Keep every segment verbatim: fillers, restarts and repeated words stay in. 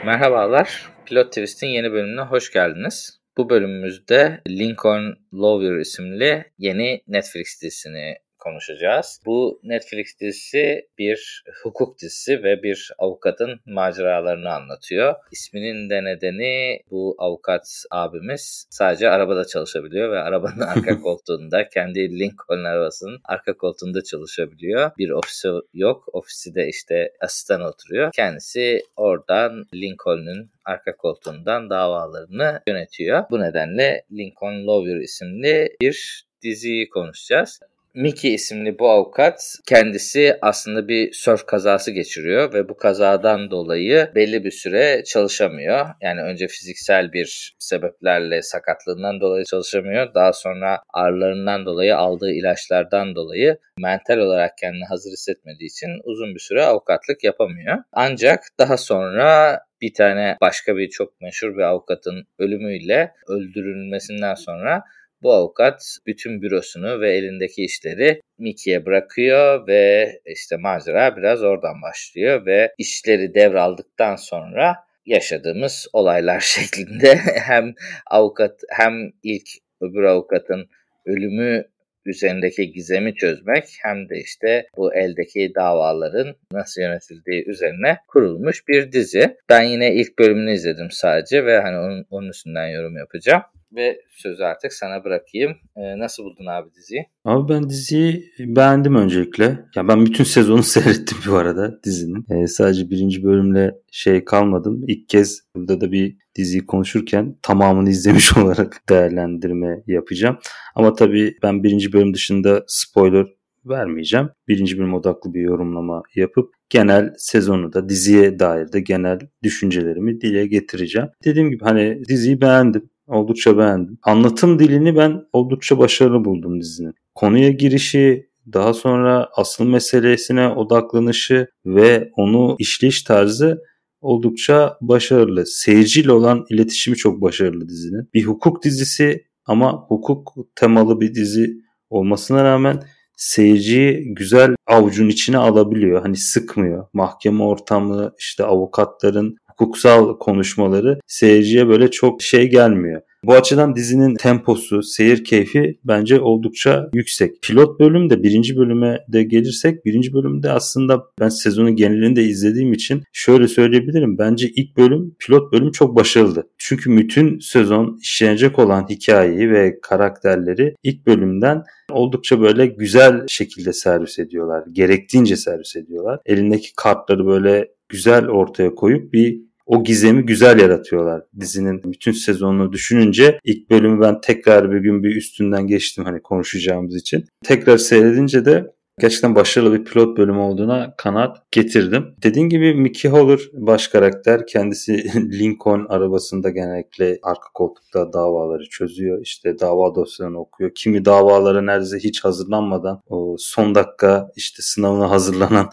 Merhabalar, Plot Twist'in yeni bölümüne hoş geldiniz. Bu bölümümüzde Lincoln Lawyer isimli yeni Netflix dizisini konuşacağız. Bu Netflix dizisi bir hukuk dizisi ve bir avukatın maceralarını anlatıyor. İsminin de nedeni bu avukat abimiz sadece arabada çalışabiliyor ve arabanın arka koltuğunda, kendi Lincoln arabasının arka koltuğunda çalışabiliyor. Bir ofisi yok, ofisi de işte asistan oturuyor. Kendisi oradan Lincoln'un arka koltuğundan davalarını yönetiyor. Bu nedenle Lincoln Lawyer isimli bir diziyi konuşacağız. Mickey isimli bu avukat kendisi aslında bir sörf kazası geçiriyor ve bu kazadan dolayı belli bir süre çalışamıyor. Yani önce fiziksel bir sebeplerle sakatlığından dolayı çalışamıyor. Daha sonra ağrılarından dolayı, aldığı ilaçlardan dolayı mental olarak kendini hazır hissetmediği için uzun bir süre avukatlık yapamıyor. Ancak daha sonra bir tane başka bir çok meşhur bir avukatın ölümüyle, öldürülmesinden sonra bu avukat bütün bürosunu ve elindeki işleri Mickey'e bırakıyor ve işte macera biraz oradan başlıyor ve işleri devraldıktan sonra yaşadığımız olaylar şeklinde hem avukat hem ilk öbür avukatın ölümü üzerindeki gizemi çözmek hem de işte bu eldeki davaların nasıl yönetildiği üzerine kurulmuş bir dizi. Ben yine ilk bölümünü izledim sadece ve hani onun, onun üstünden yorum yapacağım. Ve sözü artık sana bırakayım. Ee, nasıl buldun abi diziyi? Abi ben diziyi beğendim öncelikle. Ya ben bütün sezonu seyrettim bu arada dizinin. Ee, sadece birinci bölümle şey kalmadım. İlk kez burada da bir diziyi konuşurken tamamını izlemiş olarak değerlendirme yapacağım. Ama tabii ben birinci bölüm dışında spoiler vermeyeceğim. Birinci bölüm odaklı bir yorumlama yapıp genel sezonu da diziye dair de genel düşüncelerimi dile getireceğim. Dediğim gibi hani diziyi beğendim. Oldukça beğendim. Anlatım dilini ben oldukça başarılı buldum dizinin. Konuya girişi, daha sonra asıl meselesine odaklanışı ve onu işleyiş tarzı oldukça başarılı. Seyirciyle olan iletişimi çok başarılı dizinin. Bir hukuk dizisi ama hukuk temalı bir dizi olmasına rağmen seyirciyi güzel avucun içine alabiliyor. Hani sıkmıyor. Mahkeme ortamı, işte avukatların hukuksal konuşmaları seyirciye böyle çok şey gelmiyor. Bu açıdan dizinin temposu, seyir keyfi bence oldukça yüksek. Pilot bölüm de birinci bölüme de gelirsek, birinci bölümde aslında ben sezonun genelini de izlediğim için şöyle söyleyebilirim. Bence ilk bölüm, pilot bölüm çok başarılı. Çünkü bütün sezon işlenecek olan hikayeyi ve karakterleri ilk bölümden oldukça böyle güzel şekilde servis ediyorlar. Gerektiğince servis ediyorlar. Elindeki kartları böyle güzel ortaya koyup bir o gizemi güzel yaratıyorlar. Dizinin bütün sezonunu düşününce ilk bölümü ben tekrar bir gün bir üstünden geçtim hani konuşacağımız için. Tekrar seyredince de gerçekten başarılı bir pilot bölümü olduğuna kanaat getirdim. Dediğim gibi Mickey Haller baş karakter. Kendisi Lincoln arabasında genellikle arka koltukta davaları çözüyor. İşte dava dosyalarını okuyor. Kimi davalara neredeyse hiç hazırlanmadan o son dakika işte sınavına hazırlanan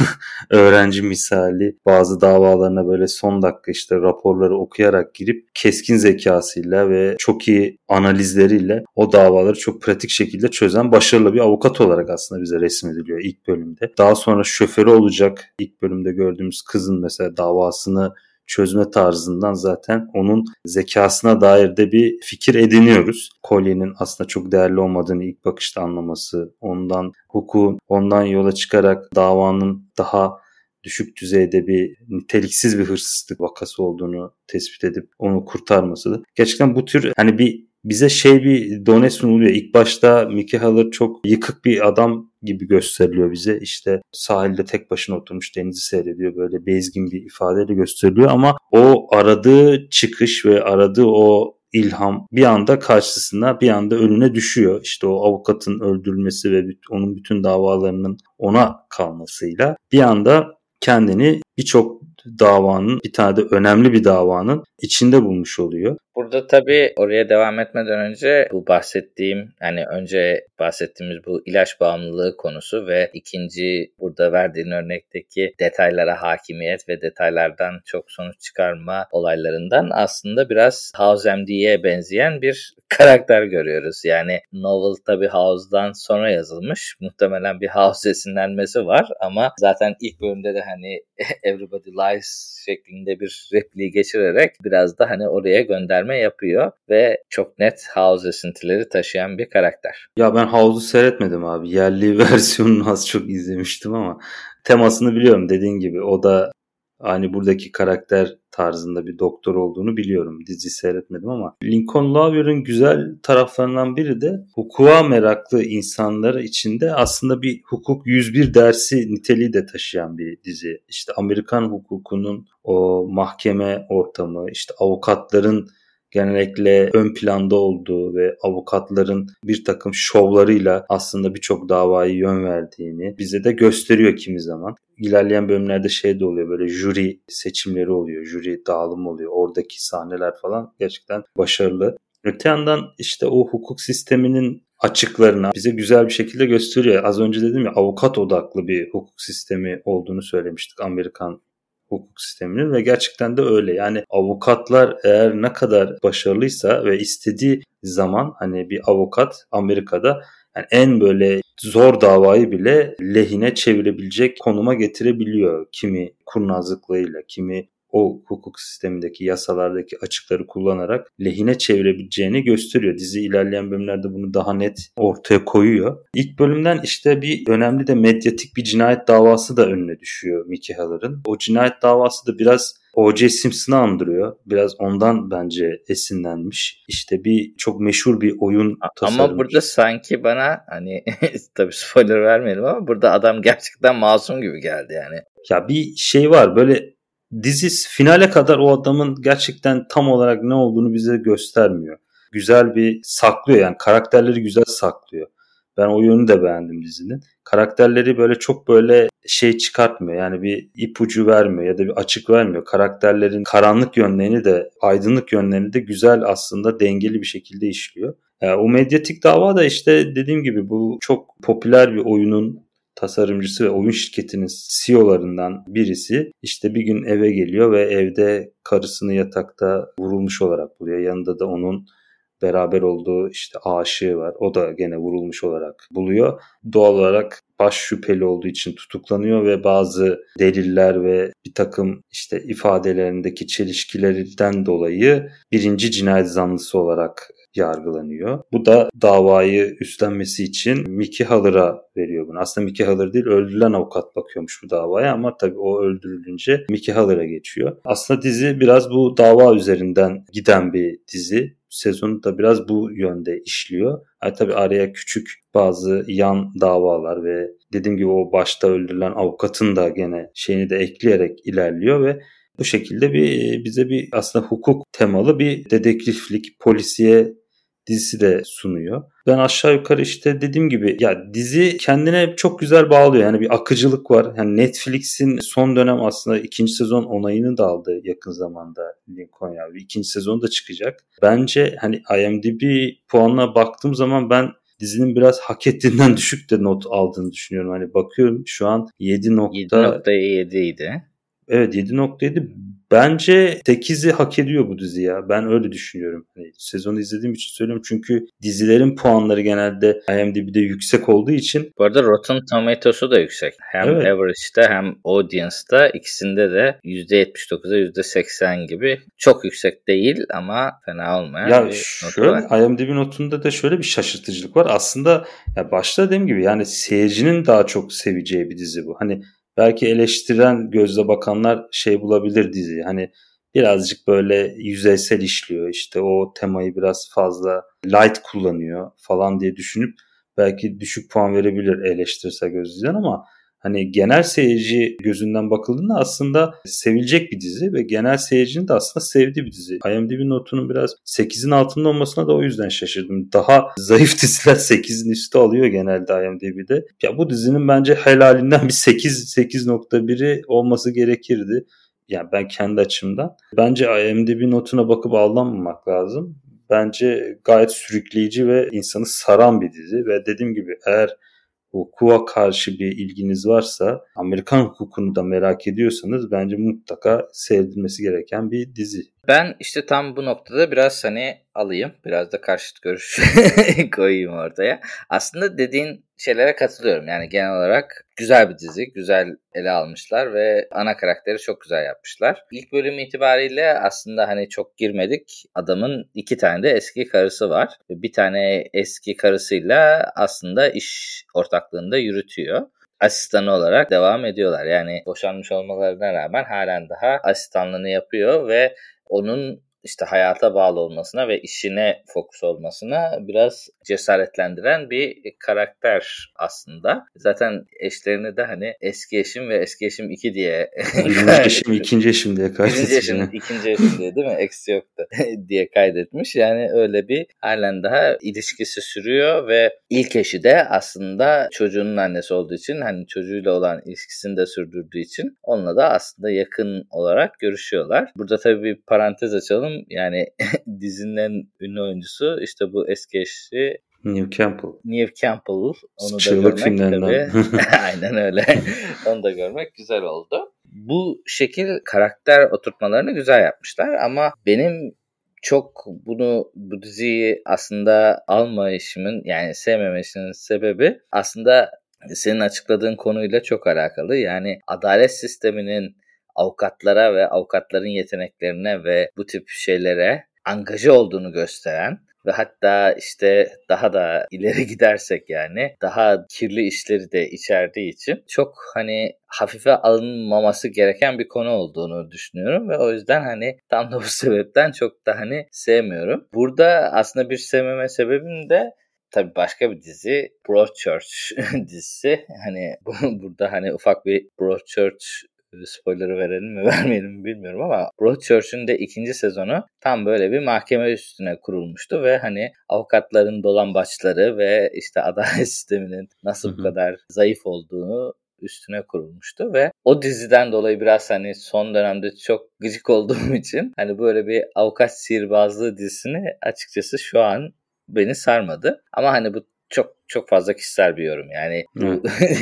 öğrenci misali bazı davalarına böyle son dakika işte raporları okuyarak girip keskin zekasıyla ve çok iyi analizleriyle o davaları çok pratik şekilde çözen başarılı bir avukat olarak aslında bize resmediliyor ilk bölümde. Daha sonra şoförü olacak ilk bölümde gördüğümüz kızın mesela davasını çözme tarzından zaten onun zekasına dair de bir fikir ediniyoruz. Kolye'nin aslında çok değerli olmadığını ilk bakışta anlaması, ondan hukukun ondan yola çıkarak davanın daha düşük düzeyde bir niteliksiz bir hırsızlık vakası olduğunu tespit edip onu kurtarması da. Gerçekten bu tür hani bir bize şey bir done sunuluyor. İlk başta Mickey Haller çok yıkık bir adam gibi gösteriliyor bize. İşte sahilde tek başına oturmuş denizi seyrediyor. Böyle bezgin bir ifadeyle gösteriliyor ama o aradığı çıkış ve aradığı o ilham bir anda karşısına bir anda önüne düşüyor. İşte o avukatın öldürülmesi ve onun bütün davalarının ona kalmasıyla bir anda kendini birçok davanın, bir tane de önemli bir davanın içinde bulmuş oluyor. Burada tabii oraya devam etmeden önce bu bahsettiğim, yani önce bahsettiğimiz bu ilaç bağımlılığı konusu ve ikinci burada verdiğin örnekteki detaylara hakimiyet ve detaylardan çok sonuç çıkarma olaylarından aslında biraz House M D'ye benzeyen bir karakter görüyoruz. Yani novel tabii House'dan sonra yazılmış. Muhtemelen bir House esinlenmesi var ama zaten ilk bölümde de hani Everybody Lies şeklinde bir repliği geçirerek biraz da hani oraya gönderme yapıyor ve çok net House esintileri taşıyan bir karakter. Ya ben House'u seyretmedim abi. Yerli versiyonunu az çok izlemiştim ama temasını biliyorum dediğin gibi. O da hani buradaki karakter tarzında bir doktor olduğunu biliyorum. Dizi seyretmedim ama Lincoln Lawyer'ın güzel taraflarından biri de hukuka meraklı insanlar içinde aslında bir hukuk yüz bir dersi niteliği de taşıyan bir dizi. İşte Amerikan hukukunun o mahkeme ortamı, işte avukatların genellikle ön planda olduğu ve avukatların bir takım şovlarıyla aslında birçok davayı yön verdiğini bize de gösteriyor kimi zaman. İlerleyen bölümlerde şey de oluyor, böyle jüri seçimleri oluyor, jüri dağılımı oluyor. Oradaki sahneler falan gerçekten başarılı. Öte yandan işte o hukuk sisteminin açıklarını bize güzel bir şekilde gösteriyor. Az önce dedim ya, avukat odaklı bir hukuk sistemi olduğunu söylemiştik Amerikan hukuk sisteminin ve gerçekten de öyle. Yani avukatlar eğer ne kadar başarılıysa ve istediği zaman hani bir avukat Amerika'da yani en böyle zor davayı bile lehine çevirebilecek konuma getirebiliyor. Kimi kurnazlıklarıyla, kimi o hukuk sistemindeki yasalardaki açıkları kullanarak lehine çevirebileceğini gösteriyor. Dizi ilerleyen bölümlerde bunu daha net ortaya koyuyor. İlk bölümden işte bir önemli de medyatik bir cinayet davası da önüne düşüyor Mickey Haller'ın. O cinayet davası da biraz O J Simpson'ı andırıyor. Biraz ondan bence esinlenmiş. İşte bir çok meşhur bir oyun tasarımcısı. Ama burada sanki bana hani tabii spoiler vermeyelim ama burada adam gerçekten masum gibi geldi yani. Ya bir şey var böyle, dizi finale kadar o adamın gerçekten tam olarak ne olduğunu bize göstermiyor. Güzel bir saklıyor, yani karakterleri güzel saklıyor. Ben o yönünü de beğendim dizinin. Karakterleri böyle çok böyle şey çıkartmıyor. Yani bir ipucu vermiyor ya da bir açık vermiyor. Karakterlerin karanlık yönlerini de aydınlık yönlerini de güzel aslında dengeli bir şekilde işliyor. Yani o medyatik dava da işte dediğim gibi bu çok popüler bir oyunun tasarımcısı ve oyun şirketinin C E O'larından birisi işte bir gün eve geliyor ve evde karısını yatakta vurulmuş olarak buluyor. Yanında da onun beraber olduğu işte aşığı var. O da gene vurulmuş olarak buluyor. Doğal olarak baş şüpheli olduğu için tutuklanıyor ve bazı deliller ve bir takım işte ifadelerindeki çelişkilerden dolayı birinci cinayet zanlısı olarak yargılanıyor. Bu da davayı üstlenmesi için Mickey Haller'a veriyor bunu. Aslında Mickey Haller değil, öldürülen avukat bakıyormuş bu davaya ama tabii o öldürülünce Mickey Haller'a geçiyor. Aslında dizi biraz bu dava üzerinden giden bir dizi. Sezonu da biraz bu yönde işliyor. Yani tabii araya küçük bazı yan davalar ve dediğim gibi o başta öldürülen avukatın da gene şeyini de ekleyerek ilerliyor ve bu şekilde bir bize bir aslında hukuk temalı bir dedektiflik, polisiye dizisi de sunuyor. Ben aşağı yukarı işte dediğim gibi ya dizi kendine çok güzel bağlıyor. Yani bir akıcılık var. Yani Netflix'in son dönem aslında ikinci sezon onayını da aldı yakın zamanda Lincoln ya. İkinci sezon da çıkacak. Bence hani I M D B puanına baktığım zaman ben dizinin biraz hak ettiğinden düşük de not aldığını düşünüyorum. Hani bakıyorum şu an yedi nokta yedi idi. Evet, yedi nokta yedi. Bence sekizi hak ediyor bu dizi ya. Ben öyle düşünüyorum. Hani sezonu izlediğim için söylüyorum. Çünkü dizilerin puanları genelde I M D B'de yüksek olduğu için. Bu arada Rotten Tomatoes'u da yüksek. Hem evet. Average'da hem Audience'da ikisinde de yüzde yetmiş dokuza yüzde seksen gibi. Çok yüksek değil ama fena olmayan ya bir şöyle, notu var. I M D B notunda da şöyle bir şaşırtıcılık var. Aslında ya başta dediğim gibi yani seyircinin daha çok seveceği bir dizi bu. Hani belki eleştiren gözle bakanlar şey bulabilir diziyi. Hani birazcık böyle yüzeysel işliyor. İşte o temayı biraz fazla light kullanıyor falan diye düşünüp belki düşük puan verebilir eleştirirse gözünden ama hani genel seyirci gözünden bakıldığında aslında sevilecek bir dizi ve genel seyircinin de aslında sevdiği bir dizi. I M D B notunun biraz sekizin altında olmasına da o yüzden şaşırdım. Daha zayıf diziler sekizin üstü alıyor genelde I M D B'de. Ya bu dizinin bence helalinden bir sekiz, sekiz nokta biri olması gerekirdi. Yani ben kendi açımdan. Bence I M D B notuna bakıp aldanmamak lazım. bence gayet sürükleyici ve insanı saran bir dizi ve dediğim gibi eğer hukuka karşı bir ilginiz varsa, Amerikan hukukunu da merak ediyorsanız bence mutlaka seyredilmesi gereken bir dizi. Ben işte tam bu noktada biraz hani alayım. Biraz da karşıt görüş koyayım ortaya. Aslında dediğin şeylere katılıyorum. Yani genel olarak güzel bir dizi. Güzel ele almışlar ve ana karakteri çok güzel yapmışlar. İlk bölüm itibariyle aslında hani çok girmedik. Adamın iki tane de eski karısı var. Bir tane eski karısıyla aslında iş ortaklığında yürütüyor. Asistanı olarak devam ediyorlar. Yani boşanmış olmalarına rağmen halen daha asistanlığını yapıyor ve onun işte hayata bağlı olmasına ve işine fokus olmasına biraz cesaretlendiren bir karakter aslında. Zaten eşlerini de hani eski eşim ve eski eşim iki diye birinci eşim, ikinci eşim diye kaydetmiş. Birinci eşim, ikinci eşim diye değil mi? Eksi yoktu diye kaydetmiş. Yani öyle bir halen daha ilişkisi sürüyor ve ilk eşi de aslında çocuğunun annesi olduğu için hani çocuğuyla olan ilişkisini de sürdürdüğü için onunla da aslında yakın olarak görüşüyorlar. Burada tabii bir parantez açalım. Yani dizinin en ünlü oyuncusu işte bu eski eşi Neve Campbell. Neve Campbell. Onu Çığlık da görmek filmlerinden. tabii. Aynen öyle. Onu da görmek güzel oldu. Bu şekil karakter oturtmalarını güzel yapmışlar ama benim çok bunu bu diziyi aslında almayışımın yani sevmemesinin sebebi aslında senin açıkladığın konuyla çok alakalı. Yani adalet sisteminin avukatlara ve avukatların yeteneklerine ve bu tip şeylere angaje olduğunu gösteren ve hatta işte daha da ileri gidersek yani daha kirli işleri de içerdiği için çok hani hafife alınmaması gereken bir konu olduğunu düşünüyorum ve o yüzden hani tam da bu sebepten çok da hani sevmiyorum. Burada aslında bir sevmeme sebebim de tabii başka bir dizi, Broadchurch dizisi. Hani burada hani ufak bir Broadchurch spoiler'ı verelim mi vermeyelim mi bilmiyorum ama Broadchurch'un de ikinci sezonu tam böyle bir mahkeme üstüne kurulmuştu ve hani avukatların dolambaçları ve işte adalet sisteminin nasıl bu kadar zayıf olduğunu üstüne kurulmuştu ve o diziden dolayı biraz hani son dönemde çok gıcık olduğum için hani böyle bir avukat sihirbazlığı dizisini açıkçası şu an beni sarmadı. Ama hani bu çok çok fazla kişisel bir yorum. Yani bu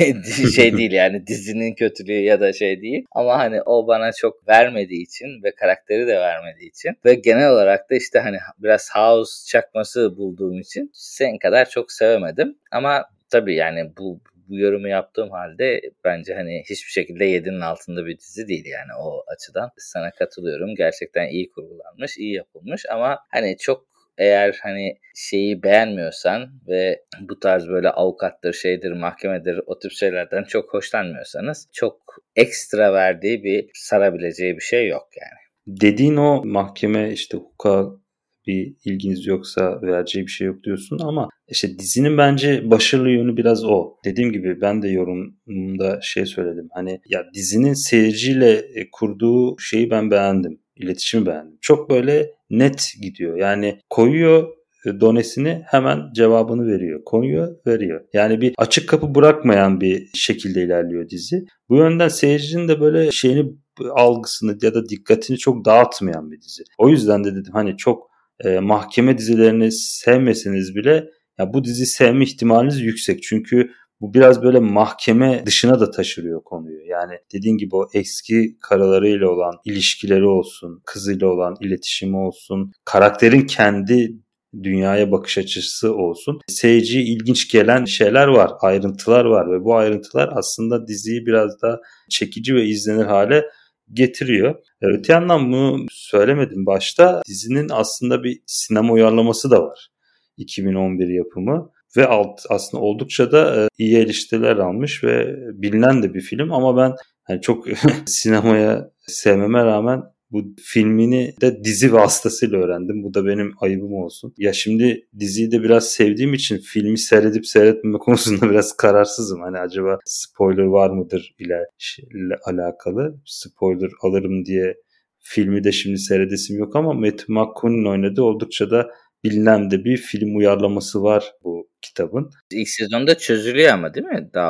şey değil yani dizinin kötülüğü ya da şey değil. Ama hani o bana çok vermediği için ve karakteri de vermediği için ve genel olarak da işte hani biraz house çakması bulduğum için senin kadar çok sevemedim. Ama tabii yani bu bu yorumu yaptığım halde bence hani hiçbir şekilde yedinin altında bir dizi değil yani o açıdan. Sana katılıyorum. Gerçekten iyi kurgulanmış, iyi yapılmış ama hani çok eğer hani şeyi beğenmiyorsan ve bu tarz böyle avukattır, şeydir, mahkemedir o tip şeylerden çok hoşlanmıyorsanız çok ekstra verdiği bir sarabileceği bir şey yok yani. Dediğin o mahkeme işte hukuka bir ilginiz yoksa vereceği bir şey yok diyorsun ama işte dizinin bence başarılı yönü biraz o. Dediğim gibi ben de yorumumda şey söyledim. Hani ya dizinin seyirciyle kurduğu şeyi ben beğendim. İletişimi beğendim. Çok böyle net gidiyor. Yani koyuyor donesini hemen cevabını veriyor. Koyuyor, veriyor. Yani bir açık kapı bırakmayan bir şekilde ilerliyor dizi. Bu yönden seyircinin de böyle şeyini algısını ya da dikkatini çok dağıtmayan bir dizi. O yüzden de dedim hani çok e, mahkeme dizilerini sevmeseniz bile ya bu dizi sevme ihtimaliniz yüksek. Çünkü bu biraz böyle mahkeme dışına da taşırıyor konuyu. Yani dediğin gibi o eski karılarıyla olan ilişkileri olsun, kızıyla olan iletişimi olsun, karakterin kendi dünyaya bakış açısı olsun. Seyirciye ilginç gelen şeyler var, ayrıntılar var ve bu ayrıntılar aslında diziyi biraz daha çekici ve izlenir hale getiriyor. Öte yandan bunu söylemedim başta. Dizinin aslında bir sinema uyarlaması da var. iki bin on bir yapımı ve alt, aslında oldukça da iyi eleştiriler almış ve bilinen de bir film ama ben yani çok sinemaya sevmeme rağmen bu filmini de dizi vasıtasıyla öğrendim. Bu da benim ayıbım olsun. Ya şimdi diziyi de biraz sevdiğim için filmi seyredip seyretmeme konusunda biraz kararsızım. Hani acaba spoiler var mıdır ile, ile alakalı. Spoiler alırım diye filmi de şimdi seyredesim yok ama Matthew McConaughey'nin oynadığı oldukça da bilinen de bir film uyarlaması var bu kitabın. İlk sezonda çözülüyor ama değil mi dava?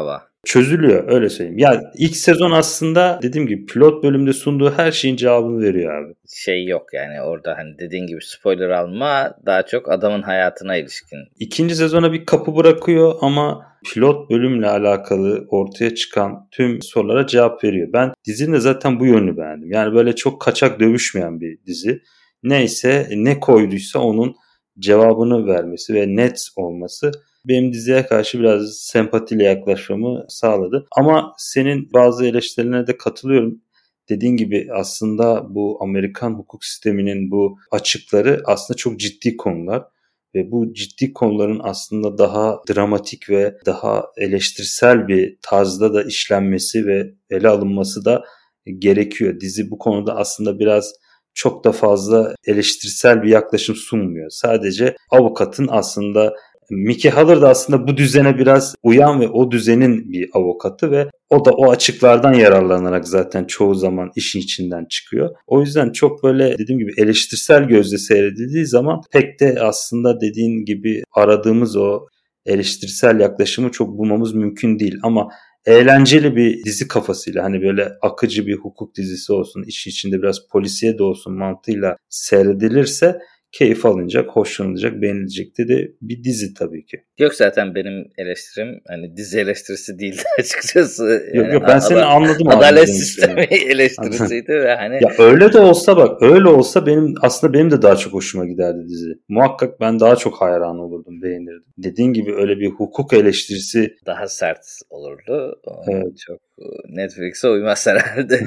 çözülüyor, öyle söyleyeyim. Ya ilk sezon aslında dediğim gibi pilot bölümde sunduğu her şeyin cevabını veriyor abi. Şey yok yani orada hani dediğin gibi spoiler alma, daha çok adamın hayatına ilişkin. İkinci sezona bir kapı bırakıyor ama pilot bölümle alakalı ortaya çıkan tüm sorulara cevap veriyor. Ben dizinin de zaten bu yönünü beğendim. Yani böyle çok kaçak dövüşmeyen bir dizi. Neyse ne koyduysa onun cevabını vermesi ve net olması benim diziye karşı biraz sempatiyle yaklaşmamı sağladı. Ama senin bazı eleştirilerine de katılıyorum. Dediğin gibi aslında bu Amerikan hukuk sisteminin bu açıkları aslında çok ciddi konular. Ve bu ciddi konuların aslında daha dramatik ve daha eleştirisel bir tarzda da işlenmesi ve ele alınması da gerekiyor. Dizi bu konuda aslında biraz çok da fazla eleştirisel bir yaklaşım sunmuyor. Sadece avukatın aslında Mickey Haller da aslında bu düzene biraz uyan ve o düzenin bir avukatı ve o da o açıklardan yararlanarak zaten çoğu zaman işin içinden çıkıyor. O yüzden çok böyle dediğim gibi eleştirsel gözle seyredildiği zaman pek de aslında dediğin gibi aradığımız o eleştirsel yaklaşımı çok bulmamız mümkün değil. Ama eğlenceli bir dizi kafasıyla hani böyle akıcı bir hukuk dizisi olsun, işin içinde biraz polisiye de olsun mantığıyla seyredilirse keyif alınacak, hoşlanılacak, beğenilecek de bir dizi tabii ki. Yok zaten benim eleştirim hani dizi eleştirisi değildi açıkçası. Yani yok yok ben seni anladım. Adalet sistemi eleştirisiydi ve hani. Ya öyle de olsa bak öyle olsa benim aslında benim de daha çok hoşuma giderdi dizi. Muhakkak ben daha çok hayran olurdum, beğenirdim. Dediğin gibi öyle bir hukuk eleştirisi. Daha sert olurdu. Evet. Çok Netflix'e uymaz herhalde.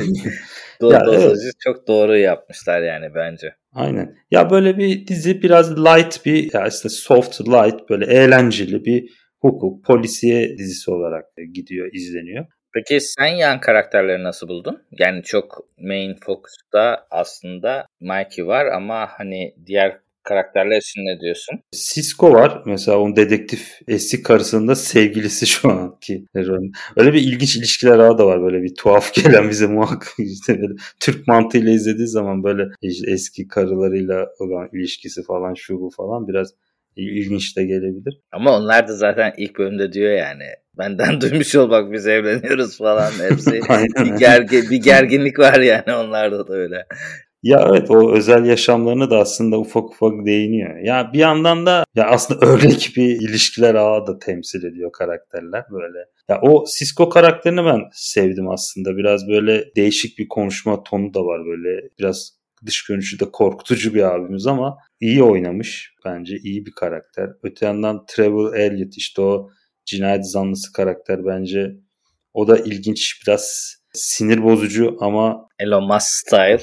Do- dozajı evet. Çok doğru yapmışlar yani bence. Aynen. Ya böyle bir dizi biraz light bir ya işte soft light böyle eğlenceli bir hukuk polisiye dizisi olarak gidiyor, izleniyor. Peki sen yan karakterleri nasıl buldun? Yani çok main focus'ta aslında Mikey var ama hani diğer karakterler için ne diyorsun? Cisco var. Mesela onun dedektif eski karısının da sevgilisi şu anki. Öyle bir ilginç ilişkiler ağı da var. Böyle bir tuhaf gelen bize muhakkak işte böyle Türk mantığıyla izlediği zaman böyle işte eski karılarıyla olan ilişkisi falan şu bu falan biraz ilginç de gelebilir. Ama onlar da zaten ilk bölümde diyor yani benden duymuş ol bak biz evleniyoruz falan hepsi bir, gergin, bir gerginlik var yani onlarda da öyle. Ya evet o özel yaşamlarına da aslında ufak ufak değiniyor. Ya bir yandan da ya aslında örnek bir ilişkiler ağı da temsil ediyor karakterler böyle. Ya o Cisco karakterini ben sevdim aslında. Biraz böyle değişik bir konuşma tonu da var böyle. Biraz dış görünüşü de korkutucu bir abimiz ama iyi oynamış bence. İyi bir karakter. Öte yandan Trevor Elliott işte o cinayet zanlısı karakter bence o da ilginç biraz sinir bozucu ama Elon Musk style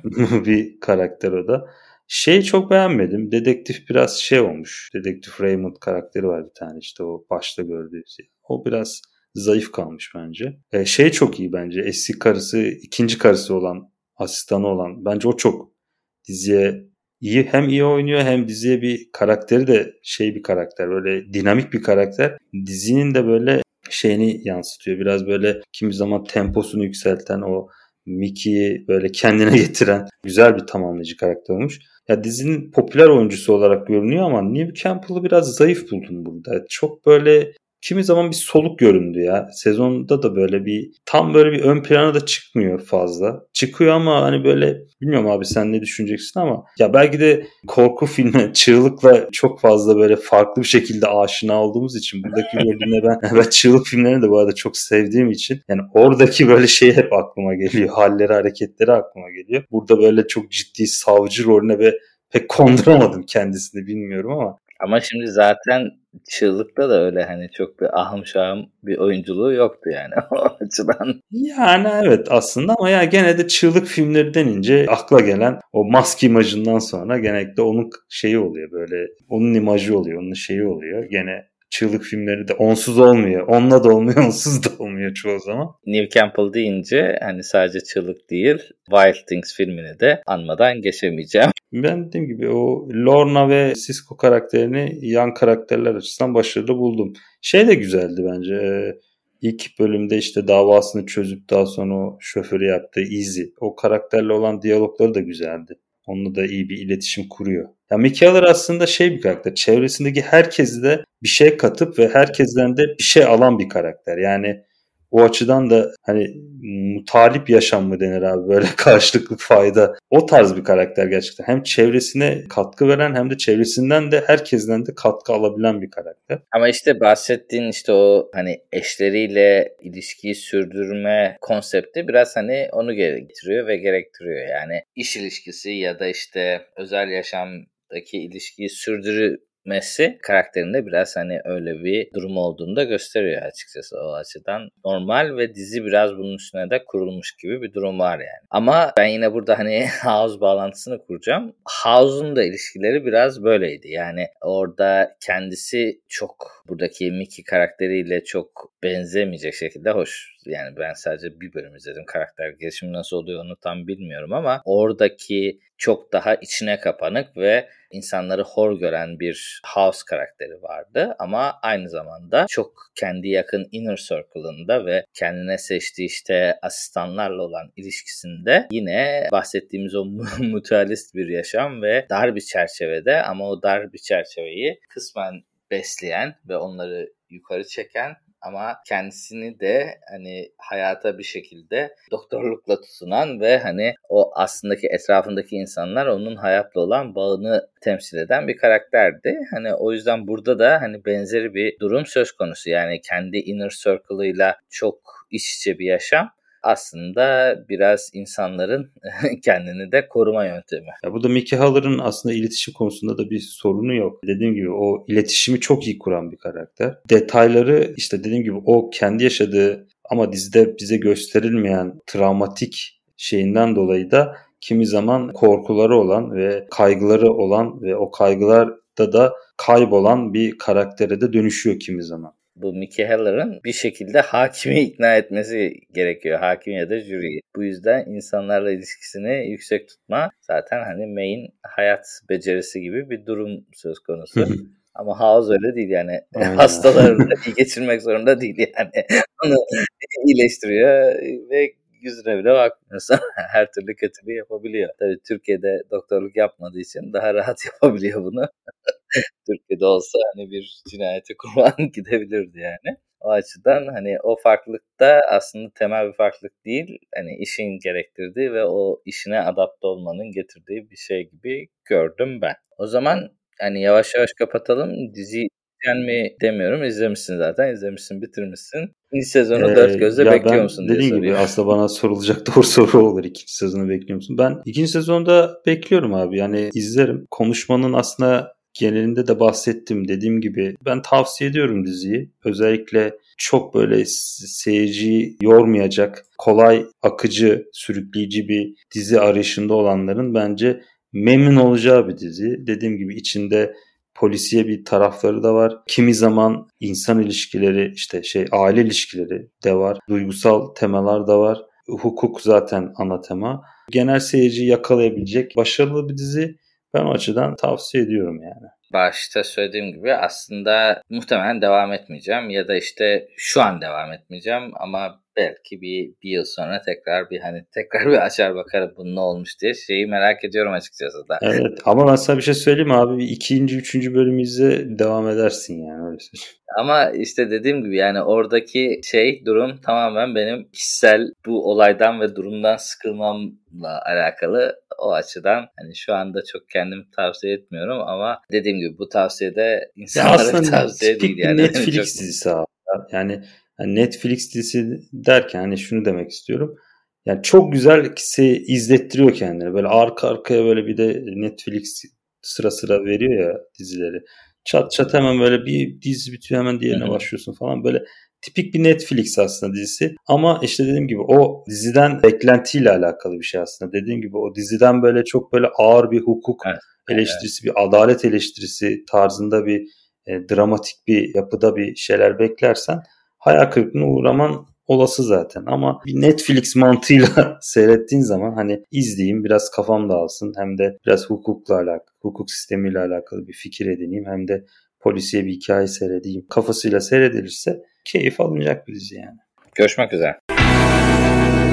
bir karakter o da. Şeyi çok beğenmedim. Dedektif biraz şey olmuş. Dedektif Raymond karakteri var bir tane işte o başta gördüğünüz. O biraz zayıf kalmış bence. Ee, şey çok iyi bence. Eski karısı, ikinci karısı olan, asistanı olan. Bence o çok diziye iyi. Hem iyi oynuyor hem diziye bir karakteri de şey bir karakter. Böyle dinamik bir karakter. Dizinin de böyle şeyini yansıtıyor. Biraz böyle kimi zaman temposunu yükselten o Mickey'yi böyle kendine getiren güzel bir tamamlayıcı karakter olmuş. Ya dizinin popüler oyuncusu olarak görünüyor ama Neve Campbell'ı biraz zayıf buldum burada. Çok böyle kimi zaman bir soluk göründü ya. Sezonda da böyle bir tam böyle bir ön plana da çıkmıyor fazla. Çıkıyor ama hani böyle bilmiyorum abi sen ne düşüneceksin ama ya belki de korku filmi Çığlık'la çok fazla böyle farklı bir şekilde aşina olduğumuz için buradaki rolüne ben, ben Çığlık filmlerini de bu arada çok sevdiğim için yani oradaki böyle şey hep aklıma geliyor. Halleri, hareketleri aklıma geliyor. Burada böyle çok ciddi savcı rolüne ve pek konduramadım kendisini bilmiyorum ama. Ama şimdi zaten Çığlık'ta da öyle hani çok bir ahım şahım bir oyunculuğu yoktu yani o açıdan. Yani evet aslında ama ya gene de Çığlık filmleri denince akla gelen o maske imajından sonra genellikle onun şeyi oluyor böyle onun imajı oluyor, onun şeyi oluyor. Gene Çığlık filmleri de onsuz olmuyor. Onunla da olmuyor, onsuz da olmuyor çoğu zaman. Neve Campbell deyince hani sadece Çığlık değil Wild Things filmini de anmadan geçemeyeceğim. Ben dediğim gibi o Lorna ve Cisco karakterini yan karakterler açısından başarılı buldum. Şey de güzeldi bence. Ee, ilk bölümde işte davasını çözüp daha sonra o şoförü yaptığı Easy. O karakterle olan diyalogları da güzeldi. Onunla da iyi bir iletişim kuruyor. Ya Mickey Haller aslında şey bir karakter. Çevresindeki herkesi de bir şey katıp ve herkesten de bir şey alan bir karakter. Yani O açıdan da hani mutalip yaşam mı denir abi, böyle karşılıklı fayda. O tarz bir karakter gerçekten. Hem çevresine katkı veren hem de çevresinden de herkesten de katkı alabilen bir karakter. Ama işte bahsettiğin işte o hani eşleriyle ilişkiyi sürdürme konsepti biraz hani onu getiriyor ve gerektiriyor. Yani iş ilişkisi ya da işte özel yaşamdaki ilişkiyi sürdürmesi karakterinde biraz hani öyle bir durum olduğunu da gösteriyor açıkçası o açıdan. Normal ve dizi biraz bunun üstüne de kurulmuş gibi bir durum var yani. Ama ben yine burada hani House bağlantısını kuracağım. House'un da ilişkileri biraz böyleydi. Yani orada kendisi çok buradaki Mickey karakteriyle çok benzemeyecek şekilde hoş. Yani ben sadece bir bölüm izledim. Karakter gelişimi nasıl oluyor onu tam bilmiyorum ama oradaki çok daha içine kapanık ve insanları hor gören bir House karakteri vardı ama aynı zamanda çok kendi yakın inner circle'ında ve kendine seçtiği işte asistanlarla olan ilişkisinde yine bahsettiğimiz o mutualist bir yaşam ve dar bir çerçevede ama o dar bir çerçeveyi kısmen besleyen ve onları yukarı çeken ama kendisini de hani hayata bir şekilde doktorlukla tutunan ve hani o aslındaki etrafındaki insanlar onun hayatla olan bağını temsil eden bir karakterdi. Hani o yüzden burada da hani benzeri bir durum söz konusu. Yani kendi inner circle'ıyla çok iç içe bir yaşam. Aslında biraz insanların kendini de koruma yöntemi. Ya burada Mickey Haller'ın aslında iletişim konusunda da bir sorunu yok. Dediğim gibi o iletişimi çok iyi kuran bir karakter. Detayları işte dediğim gibi o kendi yaşadığı ama dizide bize gösterilmeyen travmatik şeyinden dolayı da kimi zaman korkuları olan ve kaygıları olan ve o kaygılarda da kaybolan bir karaktere de dönüşüyor kimi zaman. Bu Mickey Haller'ın bir şekilde hakimi ikna etmesi gerekiyor. Hakim ya da jüriyi. Bu yüzden insanlarla ilişkisini yüksek tutma zaten hani main hayat becerisi gibi bir durum söz konusu. Ama House öyle değil yani. Hastaları da iyi geçirmek zorunda değil yani. Onu iyileştiriyor ve yüzüne bile bakmıyorsa her türlü kötülüğü yapabiliyor. Tabii Türkiye'de doktorluk yapmadığı için daha rahat yapabiliyor bunu. Türkiye'de olsa hani bir cinayete kurban gidebilirdi yani. O açıdan hani o farklılık da aslında temel bir farklılık değil. Hani işin gerektirdiği ve o işine adapte olmanın getirdiği bir şey gibi gördüm ben. O zaman hani yavaş yavaş kapatalım. Dizi izleyen mi demiyorum. İzlemişsin zaten. İzlemişsin, bitirmişsin. İkinci sezonu ee, dört gözle bekliyor musun diye soruyor. Dediğim gibi aslında bana sorulacak doğru soru olur. İkinci sezonu bekliyor musun? Ben ikinci sezonda bekliyorum abi. Yani izlerim. Konuşmanın aslında genelinde de bahsettim. Dediğim gibi ben tavsiye ediyorum diziyi. Özellikle çok böyle seyirciyi yormayacak, kolay, akıcı, sürükleyici bir dizi arayışında olanların bence memnun olacağı bir dizi. Dediğim gibi içinde polisiye bir tarafları da var. Kimi zaman insan ilişkileri, işte şey aile ilişkileri de var. Duygusal temalar da var. Hukuk zaten ana tema. Genel seyirciyi yakalayabilecek başarılı bir dizi. Ben o açıdan tavsiye ediyorum yani. Başta söylediğim gibi aslında muhtemelen devam etmeyeceğim ya da işte şu an devam etmeyeceğim ama belki bir, bir yıl sonra tekrar bir hani tekrar bir açar bakarım bunun ne olmuş diye şeyi merak ediyorum açıkçası da. Evet ama ben sana bir şey söyleyeyim mi abi? İkinci, üçüncü bölümü izle devam edersin yani öyle söyleyeyim. Ama işte dediğim gibi yani oradaki şey durum tamamen benim kişisel bu olaydan ve durumdan sıkılmamla alakalı. O açıdan hani şu anda çok kendimi tavsiye etmiyorum ama dediğim gibi bu tavsiyede insanlara bir tavsiye değil yani. Netflix çok... dizisi abi. Yani hani Netflix dizisi derken hani şunu demek istiyorum. Yani çok güzel izlettiriyor kendini. Böyle arka arkaya böyle bir de Netflix sıra sıra veriyor ya dizileri. Çat çat hemen böyle bir dizi bitiyor hemen diğerine başlıyorsun falan. Böyle tipik bir Netflix aslında dizisi. Ama işte dediğim gibi o diziden beklentiyle alakalı bir şey aslında. Dediğim gibi o diziden böyle çok böyle ağır bir hukuk evet, eleştirisi, evet. bir adalet eleştirisi tarzında bir e, dramatik bir yapıda bir şeyler beklersen hayal kırıklığına uğraman olası zaten. Ama bir Netflix mantığıyla seyrettiğin zaman hani izleyeyim biraz kafam dağılsın hem de biraz hukukla alakalı, hukuk sistemiyle alakalı bir fikir edineyim hem de polisiye bir hikaye seyredeyim kafasıyla seyredilirse keyif alınacak bir dizi yani. Görüşmek üzere.